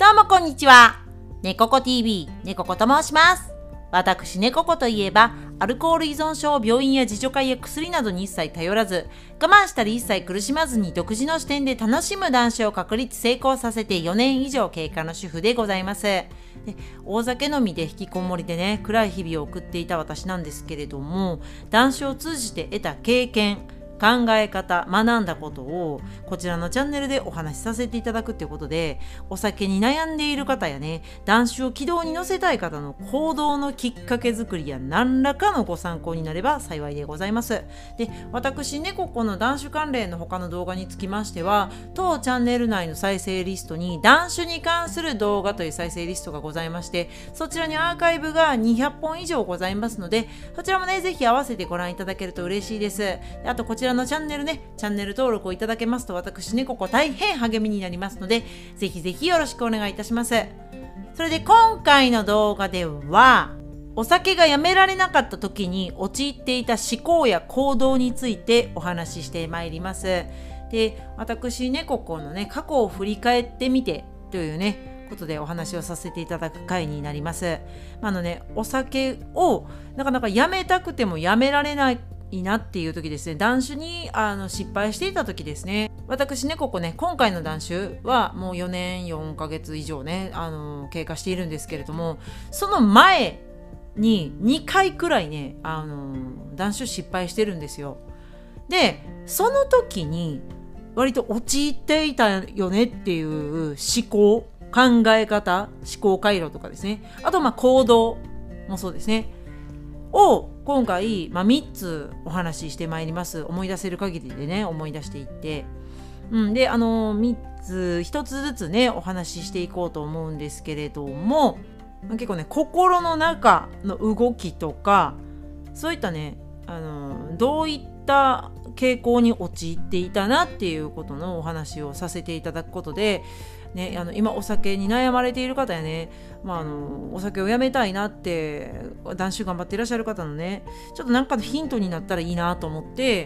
うもこんにちは。ねここ TV ねここと申します。私ねここといえば、アルコール依存症、病院や自助会や薬などに一切頼らず、我慢したり一切苦しまずに独自の視点で楽しむ男子を確立成功させて4年以上経過の主婦でございます。で、大酒飲みで引きこもりでね、暗い日々を送っていた私なんですけれども、男子を通じて得た経験、考え方、学んだことをこちらのチャンネルでお話しさせていただくということで、お酒に悩んでいる方やね、男子を軌道に乗せたい方の行動のきっかけ作りや何らかのご参考になれば幸いでございます。で、私ねここの男子関連の他の動画につきましては、当チャンネル内の再生リストに男子に関する動画という再生リストがございまして、そちらにアーカイブが200本以上ございますので、そちらもねぜひ合わせてご覧いただけると嬉しいです。で、あとこちらのチャンネルね、チャンネル登録をいただけますと私ねここ大変励みになりますので、ぜひぜひよろしくお願いいたします。それで今回の動画では、お酒がやめられなかった時に陥っていた思考や行動についてお話ししてまいります。で、私ねここのね過去を振り返ってみてというねことでお話をさせていただく回になります。お酒をなかなかやめたくてもやめられないなっていう時ですね、断酒に失敗していた時ですね。私ねここね、今回の断酒はもう4年4ヶ月以上ね経過しているんですけれども、その前に2回くらいね断酒失敗してるんですよ。で、その時に割と陥っていたよねっていう思考、考え方、思考回路とかですね、あと行動もそうですねを今回、3つお話ししてまいります。思い出せる限りでね思い出していって、で3つ1つずつねお話ししていこうと思うんですけれども、結構ね心の中の動きとかそういったねどういった傾向に陥っていたなっていうことのお話をさせていただくことで、ね、今お酒に悩まれている方やね、お酒をやめたいなって断酒頑張っていらっしゃる方のね、ちょっとなんかのヒントになったらいいなと思って、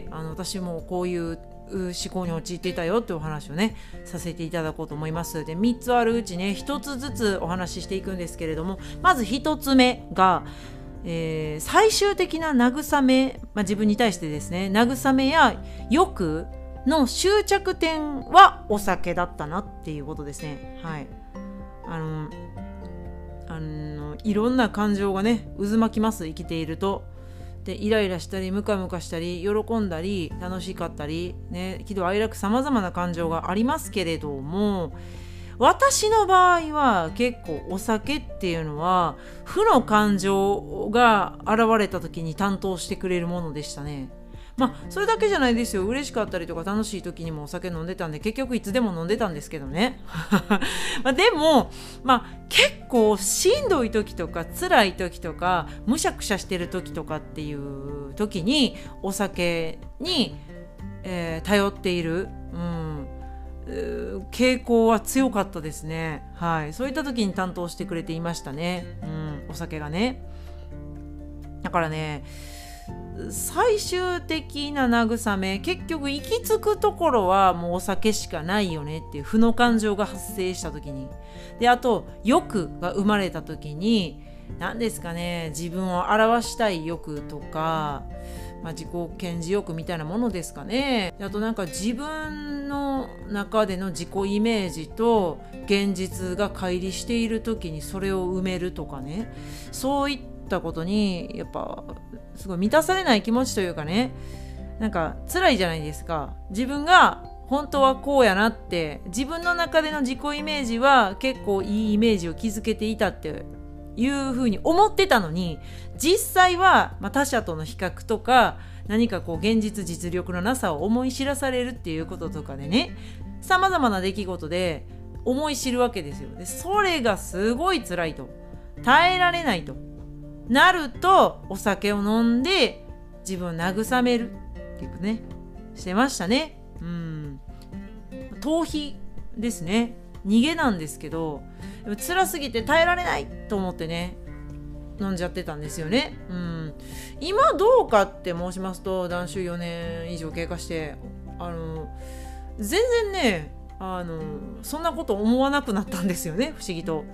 私もこういう思考に陥っていたよってお話をねさせていただこうと思います。で、3つあるうちね1つずつお話ししていくんですけれども、まず1つ目が最終的な慰め、自分に対してですね、慰めや欲の終着点はお酒だったなっていうことですね。はい。いろんな感情がね渦巻きます、生きていると。で、イライラしたりムカムカしたり喜んだり楽しかったりね、喜怒哀楽さまざまな感情がありますけれども、私の場合は結構お酒っていうのは負の感情が現れた時に担当してくれるものでしたね。それだけじゃないですよ。嬉しかったりとか楽しい時にもお酒飲んでたんで、結局いつでも飲んでたんですけどねでも結構しんどい時とか辛い時とかむしゃくしゃしてる時とかっていう時にお酒に、頼っている、傾向は強かったですね。はい。そういった時に担当してくれていましたね。お酒がね。だからね、最終的な慰め、結局行き着くところはもうお酒しかないよねっていう負の感情が発生した時に、で、あと欲が生まれた時に何ですかね、自分を表したい欲とか、自己顕示欲みたいなものですかね。あと自分の中での自己イメージと現実が乖離している時にそれを埋めるとかね、そういったことにやっぱすごい満たされない気持ちというかね、辛いじゃないですか。自分が本当はこうやなって、自分の中での自己イメージは結構いいイメージを築けていたっていうふうに思ってたのに、実際は、他者との比較とか何か現実実力のなさを思い知らされるっていうこととかでね、さまざまな出来事で思い知るわけですよ。で、それがすごい辛いと、耐えられないとなると、お酒を飲んで自分を慰めるっていうねしてましたね。逃避ですね。逃げなんですけど、辛すぎて耐えられないと思ってね飲んじゃってたんですよね。今どうかって申しますと、断酒4年以上経過して全然ねそんなこと思わなくなったんですよね、不思議と。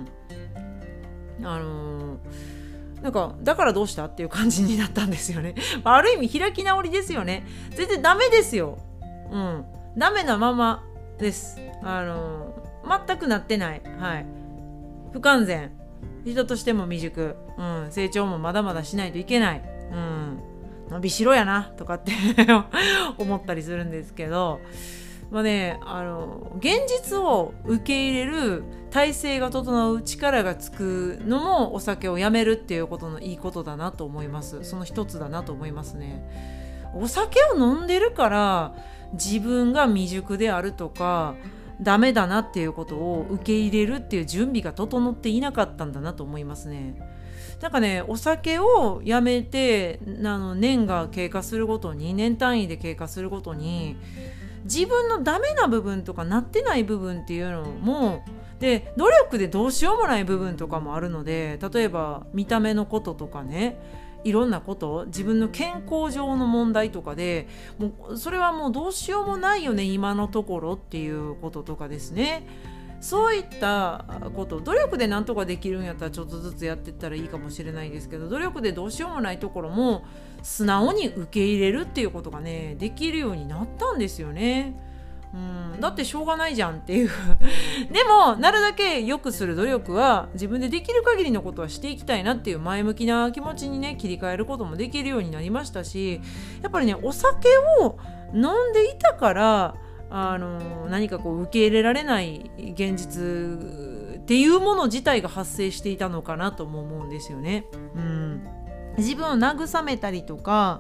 なんかだからどうしたっていう感じになったんですよね。ある意味開き直りですよね。全然ダメですよ。ダメなままです。全くなってない。不完全。人としても未熟。成長もまだまだしないといけない。伸びしろやなとかって思ったりするんですけど、現実を受け入れる体制が整う力がつくのもお酒をやめるっていうことのいいことだなと思います。その一つだなと思いますね。お酒を飲んでるから自分が未熟であるとかダメだなっていうことを受け入れるっていう準備が整っていなかったんだなと思いますね。なんかね、お酒をやめて年が経過するごとに、年単位で経過するごとに自分のダメな部分とかなってない部分っていうのもで、努力でどうしようもない部分とかもあるので、例えば見た目のこととかね、いろんなこと、自分の健康上の問題とかでもうそれはもうどうしようもないよね今のところっていうこととかですね。そういったこと、努力でなんとかできるんやったらちょっとずつやっていったらいいかもしれないですけど、努力でどうしようもないところも素直に受け入れるっていうことがねできるようになったんですよね。だってしょうがないじゃんっていうでもなるだけ良くする努力は自分でできる限りのことはしていきたいなっていう前向きな気持ちにね切り替えることもできるようになりましたし、やっぱりねお酒を飲んでいたから何かこう受け入れられない現実っていうもの自体が発生していたのかなとも思うんですよね。自分を慰めたりとか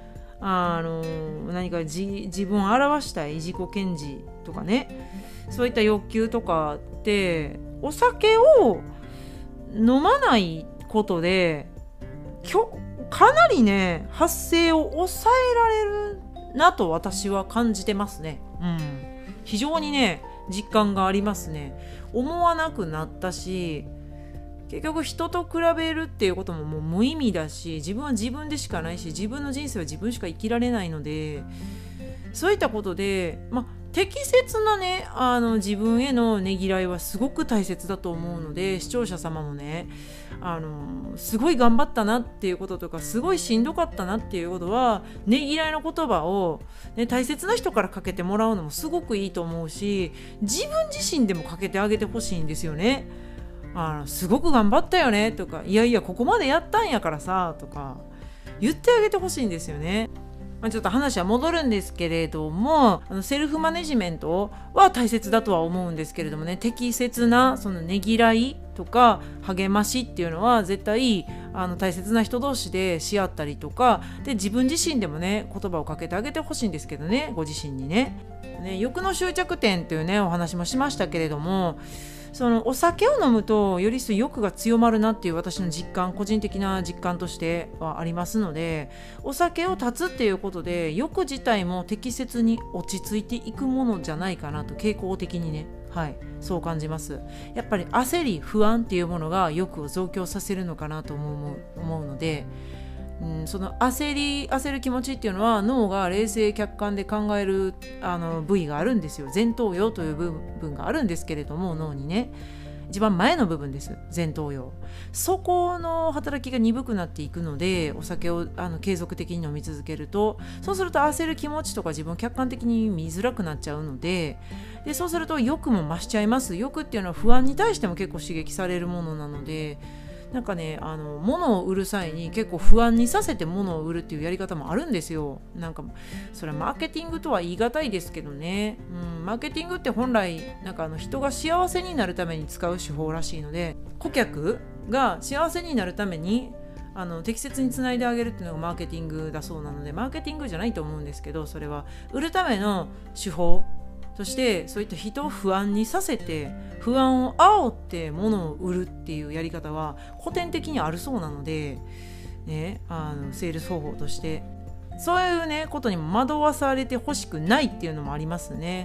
何か自分を表したい自己顕示とかね、そういった欲求とかってお酒を飲まないことでかなりね発生を抑えられるなと私は感じてますね。非常にね実感がありますね。思わなくなったし、結局人と比べるっていうことももう無意味だし、自分は自分でしかないし、自分の人生は自分しか生きられないので、そういったことで、適切なね自分へのねぎらいはすごく大切だと思うので、視聴者様もねすごい頑張ったなっていうこととか、すごいしんどかったなっていうことはねぎらいの言葉を、ね、大切な人からかけてもらうのもすごくいいと思うし、自分自身でもかけてあげてほしいんですよね。すごく頑張ったよねとか、いやいやここまでやったんやからさとか言ってあげてほしいんですよね。ちょっと話は戻るんですけれども、セルフマネジメントは大切だとは思うんですけれどもね、適切なそのねぎらいとか励ましっていうのは絶対大切な人同士でし合ったりとかで、自分自身でもね言葉をかけてあげてほしいんですけどね、ご自身にね。欲の執着点っていうねお話もしましたけれども、そのお酒を飲むとより一層欲が強まるなっていう私の実感、個人的な実感としてはありますので、お酒を断つっていうことで欲自体も適切に落ち着いていくものじゃないかなと、傾向的にねそう感じます。やっぱり焦り不安っていうものが欲を増強させるのかなと思うので、その焦る気持ちっていうのは脳が冷静客観で考える部位があるんですよ。前頭葉という部分があるんですけれども、脳にね一番前の部分です、前頭葉。そこの働きが鈍くなっていくので、お酒を継続的に飲み続けると、そうすると焦る気持ちとか自分を客観的に見づらくなっちゃうので、そうすると欲も増しちゃいます。欲っていうのは不安に対しても結構刺激されるものなので、なんかね物を売る際に結構不安にさせて物を売るっていうやり方もあるんですよ。なんかそれはマーケティングとは言い難いですけどね、マーケティングって本来なんか人が幸せになるために使う手法らしいので、顧客が幸せになるために適切につないであげるっていうのがマーケティングだそうなので、マーケティングじゃないと思うんですけど、それは売るための手法として、そういった人を不安にさせて不安を煽って物を売るっていうやり方は古典的にあるそうなので、ね、セールス方法としてそういうねことにも惑わされてほしくないっていうのもありますね。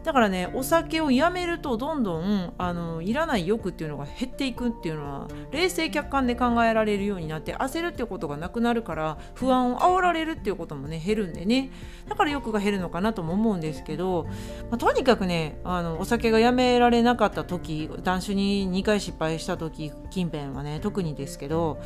だからね、お酒をやめるとどんどんいらない欲っていうのが減っていくっていうのは冷静客観で考えられるようになって、焦るっていうことがなくなるから不安を煽られるっていうこともね減るんでね、だから欲が減るのかなとも思うんですけど、とにかくねお酒がやめられなかった時、断酒に2回失敗した時近辺はね特にですけど、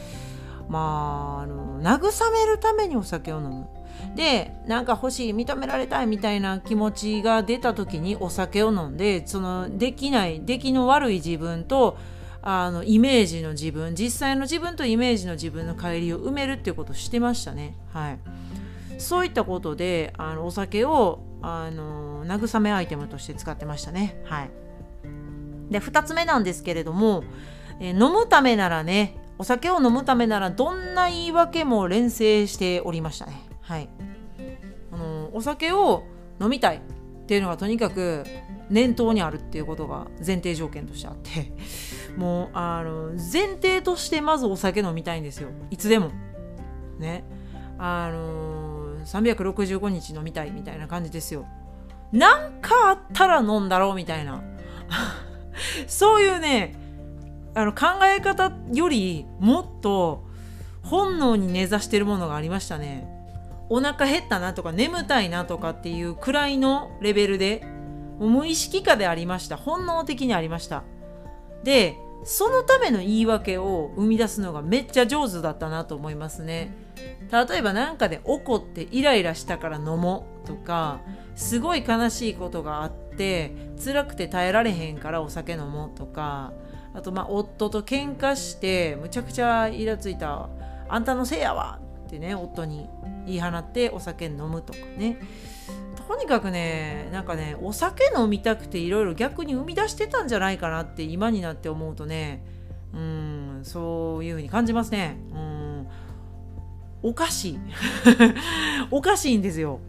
慰めるためにお酒を飲む。で、なんか欲しい、認められたいみたいな気持ちが出た時にお酒を飲んで、その出来の悪い自分とイメージの自分、実際の自分とイメージの自分の乖離を埋めるっていうことをしてましたね。はい。そういったことでお酒を慰めアイテムとして使ってましたね。はい。で、2つ目なんですけれども、飲むためならね、お酒を飲むためならどんな言い訳も連成しておりましたね。はい。お酒を飲みたいっていうのがとにかく念頭にあるっていうことが前提条件としてあって、もう前提としてまずお酒飲みたいんですよ。いつでもね、365日飲みたいみたいな感じですよ。なんかあったら飲んだろうみたいなそういうね考え方よりもっと本能に根ざしてるものがありましたね。お腹減ったなとか眠たいなとかっていうくらいのレベルで、もう無意識下でありました。本能的にありました。で、そのための言い訳を生み出すのがめっちゃ上手だったなと思いますね。例えばなんかで怒ってイライラしたから飲もうとか、すごい悲しいことがあって辛くて耐えられへんからお酒飲もうとか、あと夫と喧嘩してむちゃくちゃイラついた、あんたのせいやわってね夫に言い放ってお酒飲むとかね。とにかくね、なんかね、お酒飲みたくていろいろ逆に生み出してたんじゃないかなって今になって思うとね、そういう風に感じますね。おかしいおかしいんですよ。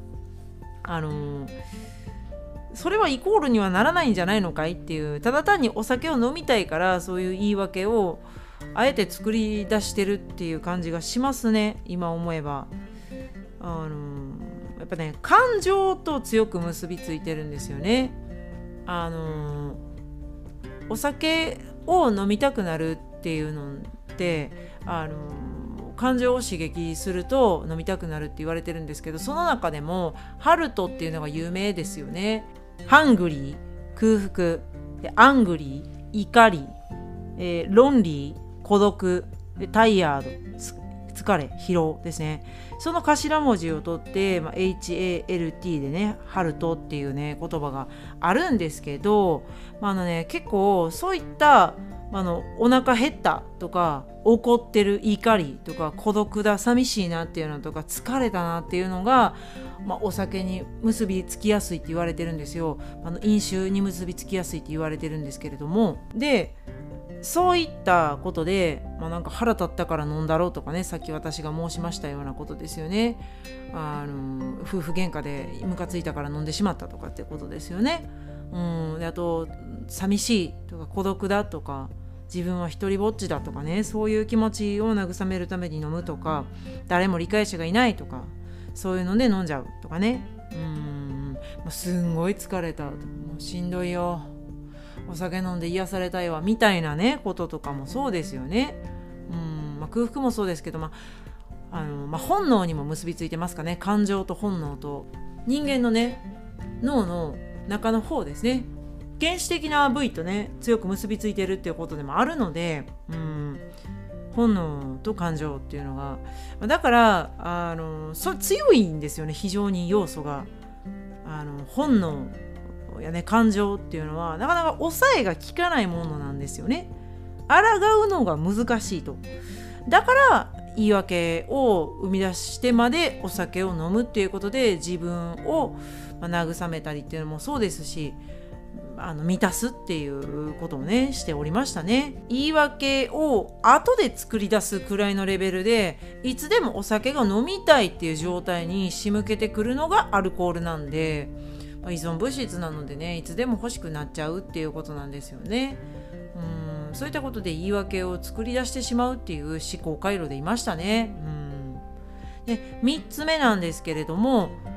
それはイコールにはならないんじゃないのかいっていう、ただ単にお酒を飲みたいからそういう言い訳をあえて作り出してるっていう感じがしますね、今思えば。やっぱね、感情と強く結びついてるんですよね。お酒を飲みたくなるっていうのって感情を刺激すると飲みたくなるって言われてるんですけど、その中でもハルトっていうのが有名ですよね。ハングリー、空腹で、アングリー、怒り、ロンリー、孤独で、タイヤード、疲れ、疲労ですね。その頭文字を取って、HALT でね、ハルトっていうね言葉があるんですけど、結構そういったお腹減ったとか怒ってる、怒りとか孤独だ、寂しいなっていうのとか疲れたなっていうのが、お酒に結びつきやすいって言われてるんですよ。飲酒に結びつきやすいって言われてるんですけれども、でそういったことで、なんか腹立ったから飲んだろうとかね、さっき私が申しましたようなことですよね。夫婦喧嘩でムカついたから飲んでしまったとかってことですよね。であと寂しいとか孤独だとか自分は一人ぼっちだとかね、そういう気持ちを慰めるために飲むとか、誰も理解者がいないとか、そういうので飲んじゃうとかね。すんごい疲れた、もうしんどいよ、お酒飲んで癒されたいわみたいなねこととかもそうですよね。空腹もそうですけど、本能にも結びついてますかね。感情と本能と人間のね脳の中の方ですね、原始的な部位とね強く結びついてるっていうことでもあるので、本能と感情っていうのがだから強いんですよね、非常に要素が。本能やね、感情っていうのはなかなか抑えが効かないものなんですよね。抗うのが難しいと。だから言い訳を生み出してまでお酒を飲むっていうことで自分を慰めたりっていうのもそうですし、満たすっていうことをねしておりましたね。言い訳を後で作り出すくらいのレベルで、いつでもお酒が飲みたいっていう状態に仕向けてくるのがアルコールなんで、依存物質なのでね、いつでも欲しくなっちゃうっていうことなんですよね。そういったことで言い訳を作り出してしまうっていう思考回路でいましたね。で3つ目なんですけれども、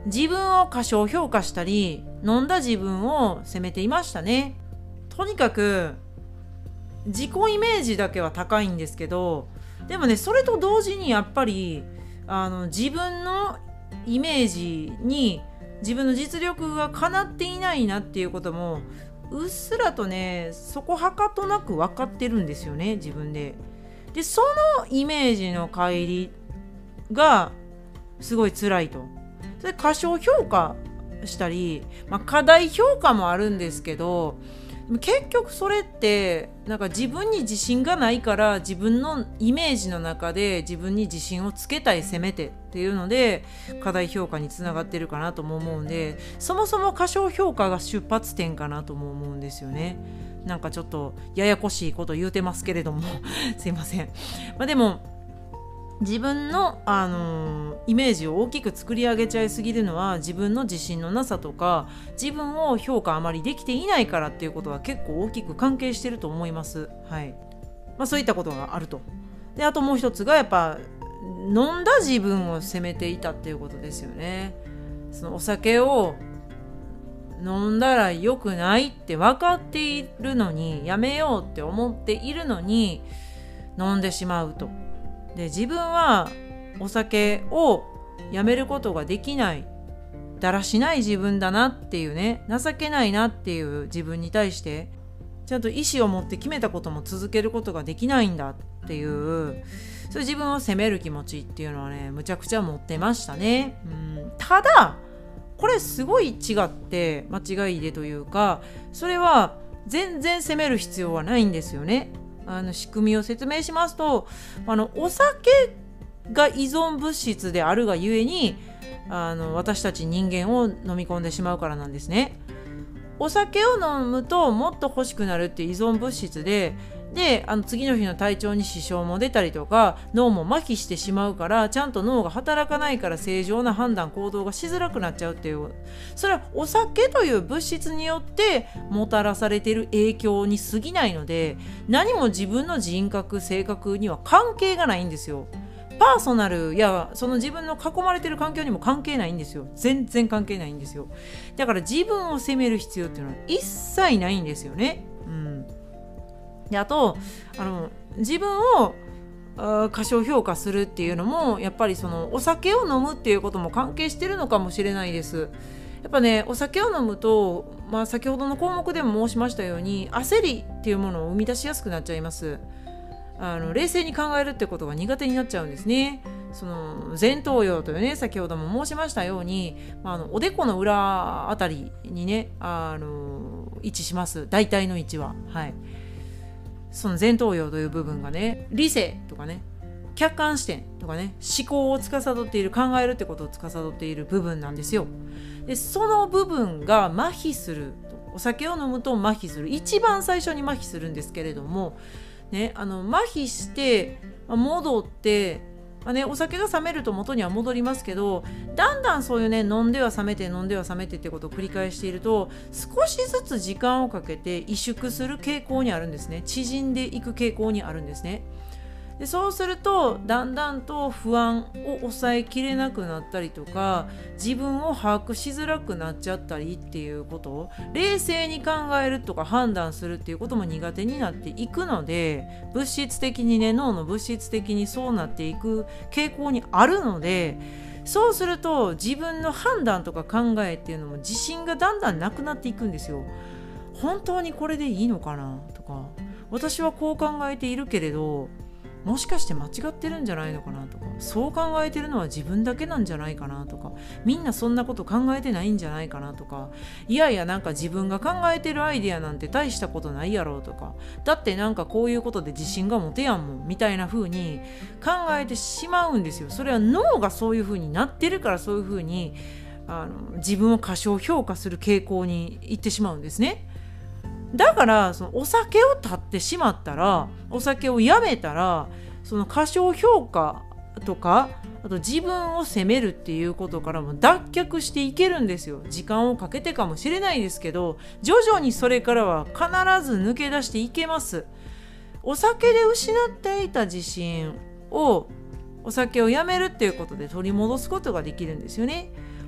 自分を過小評価したり、飲んだ自分を責めていましたね。とにかく自己イメージだけは高いんですけど、でもね、それと同時にやっぱり自分のイメージに自分の実力がかなっていないなっていうこともうっすらとね、そこはかとなく分かってるんですよね、自分で。でそのイメージの乖離がすごい辛いと。それ過小評価したり、過大評価もあるんですけど、結局それってなんか自分に自信がないから、自分のイメージの中で自分に自信をつけたい、せめてっていうので過大評価につながってるかなとも思うんで、そもそも過小評価が出発点かなとも思うんですよね。なんかちょっとややこしいこと言うてますけれどもすいません。でも自分の、イメージを大きく作り上げちゃいすぎるのは、自分の自信のなさとか自分を評価あまりできていないからっていうことは結構大きく関係してると思います。はい。そういったことがあると。であともう一つがやっぱ飲んだ自分を責めていたっていうことですよね。そのお酒を飲んだら良くないって分かっているのに、やめようって思っているのに飲んでしまうと。で自分はお酒をやめることができない、だらしない自分だなっていうね、情けないなっていう自分に対してちゃんと意思を持って決めたことも続けることができないんだっていう、そういう自分を責める気持ちっていうのはね、むちゃくちゃ持ってましたね。ただこれすごい違って間違いでというか、それは全然責める必要はないんですよね。仕組みを説明しますと、お酒が依存物質であるがゆえに私たち人間を飲み込んでしまうからなんですね。お酒を飲むともっと欲しくなるっていう依存物質で、次の日の体調に支障も出たりとか、脳も麻痺してしまうから、ちゃんと脳が働かないから正常な判断行動がしづらくなっちゃうっていう、それはお酒という物質によってもたらされている影響に過ぎないので、何も自分の人格性格には関係がないんですよ。パーソナルやその自分の囲まれている環境にも関係ないんですよ。全然関係ないんですよ。だから自分を責める必要っていうのは一切ないんですよね。であと自分を過小評価するっていうのも、やっぱりそのお酒を飲むっていうことも関係してるのかもしれないです。やっぱね、お酒を飲むと、先ほどの項目でも申しましたように、焦りっていうものを生み出しやすくなっちゃいます。冷静に考えるってことが苦手になっちゃうんですね。その前頭葉というね、先ほども申しましたように、おでこの裏あたりにね位置します。大体の位置は、その前頭葉という部分がね、理性とかね、客観視点とかね、思考を司っている、考えるってことを司っている部分なんですよ。でその部分が麻痺すると。お酒を飲むと麻痺する、一番最初に麻痺するんですけれどもね、麻痺して戻ってお酒が冷めると元には戻りますけど、だんだんそういうね、飲んでは冷めて飲んでは冷めてってことを繰り返していると、少しずつ時間をかけて萎縮する傾向にあるんですね。縮んでいく傾向にあるんですね。でそうするとだんだんと不安を抑えきれなくなったりとか、自分を把握しづらくなっちゃったりっていうことを、冷静に考えるとか判断するっていうことも苦手になっていくので、物質的にね、脳の物質的にそうなっていく傾向にあるので、そうすると自分の判断とか考えっていうのも自信がだんだんなくなっていくんですよ。本当にこれでいいのかなとか、私はこう考えているけれどもしかして間違ってるんじゃないのかなとか、そう考えてるのは自分だけなんじゃないかなとか、みんなそんなこと考えてないんじゃないかなとか、いやいやなんか自分が考えてるアイデアなんて大したことないやろうとか、だってなんかこういうことで自信が持てやんもんみたいな風に考えてしまうんですよ。それは脳がそういう風になってるから、そういう風に自分を過小評価する傾向に行ってしまうんですね。だからそのお酒を断ってしまったら、お酒をやめたら、その過小評価とか、あと自分を責めるっていうことからも脱却していけるんですよ。時間をかけてかもしれないですけど、徐々にそれからは必ず抜け出していけます。お酒で失っていた自信をお酒をやめるっていうことで取り戻すことができるんですよね。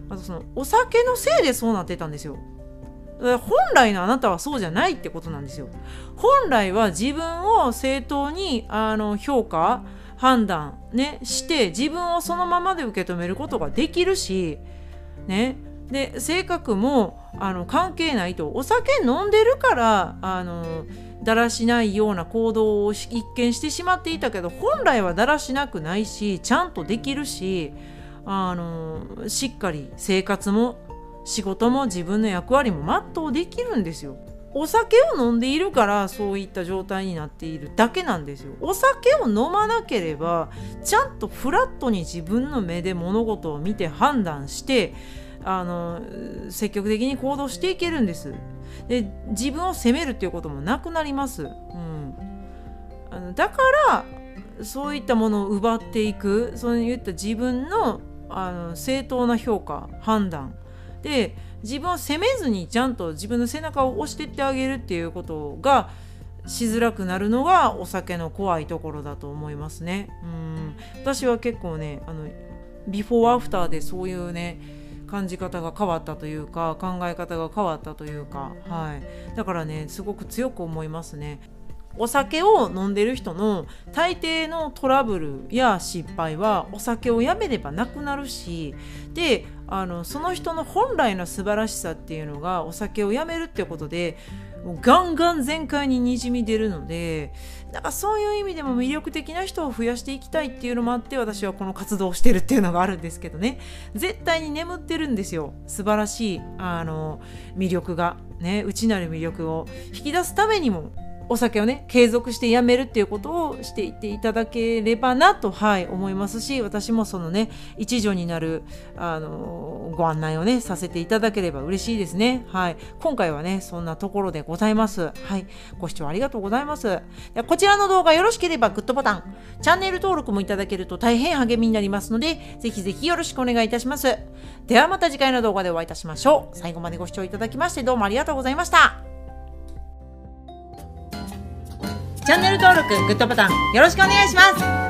あとそのお酒のせいでそうなってたんですよ。本来のあなたはそうじゃないってことなんですよ。本来は自分を正当に評価判断ねして自分をそのままで受け止めることができるしね、で性格も関係ないと。お酒飲んでるからだらしないような行動を一見してしまっていたけど、本来はだらしなくないしちゃんとできるししっかり生活も仕事も自分の役割も全うできるんですよ。お酒を飲んでいるからそういった状態になっているだけなんですよ。お酒を飲まなければちゃんとフラットに自分の目で物事を見て判断して積極的に行動していけるんです。で自分を責めるっていうこともなくなります、だからそういったものを奪っていく、そういった自分の正当な評価判断で自分を責めずにちゃんと自分の背中を押していってあげるっていうことがしづらくなるのがお酒の怖いところだと思いますね。私は結構ねビフォーアフターでそういうね感じ方が変わったというか考え方が変わったというか、だからねすごく強く思いますね。お酒を飲んでる人の大抵のトラブルや失敗はお酒をやめればなくなるし、でその人の本来の素晴らしさっていうのがお酒をやめるってことでもうガンガン全開ににじみ出るので、なんかそういう意味でも魅力的な人を増やしていきたいっていうのもあって私はこの活動をしてるっていうのがあるんですけどね、絶対に眠ってるんですよ素晴らしい魅力がね、内なる魅力を引き出すためにもお酒をね継続してやめるっていうことをしていっていただければなと、思いますし、私もそのね一助になるご案内をねさせていただければ嬉しいですね。今回はねそんなところでございます。ご視聴ありがとうございます。こちらの動画よろしければグッドボタン、チャンネル登録もいただけると大変励みになりますのでぜひぜひよろしくお願いいたします。ではまた次回の動画でお会いいたしましょう。最後までご視聴いただきましてどうもありがとうございました。チャンネル登録、グッドボタンよろしくお願いします。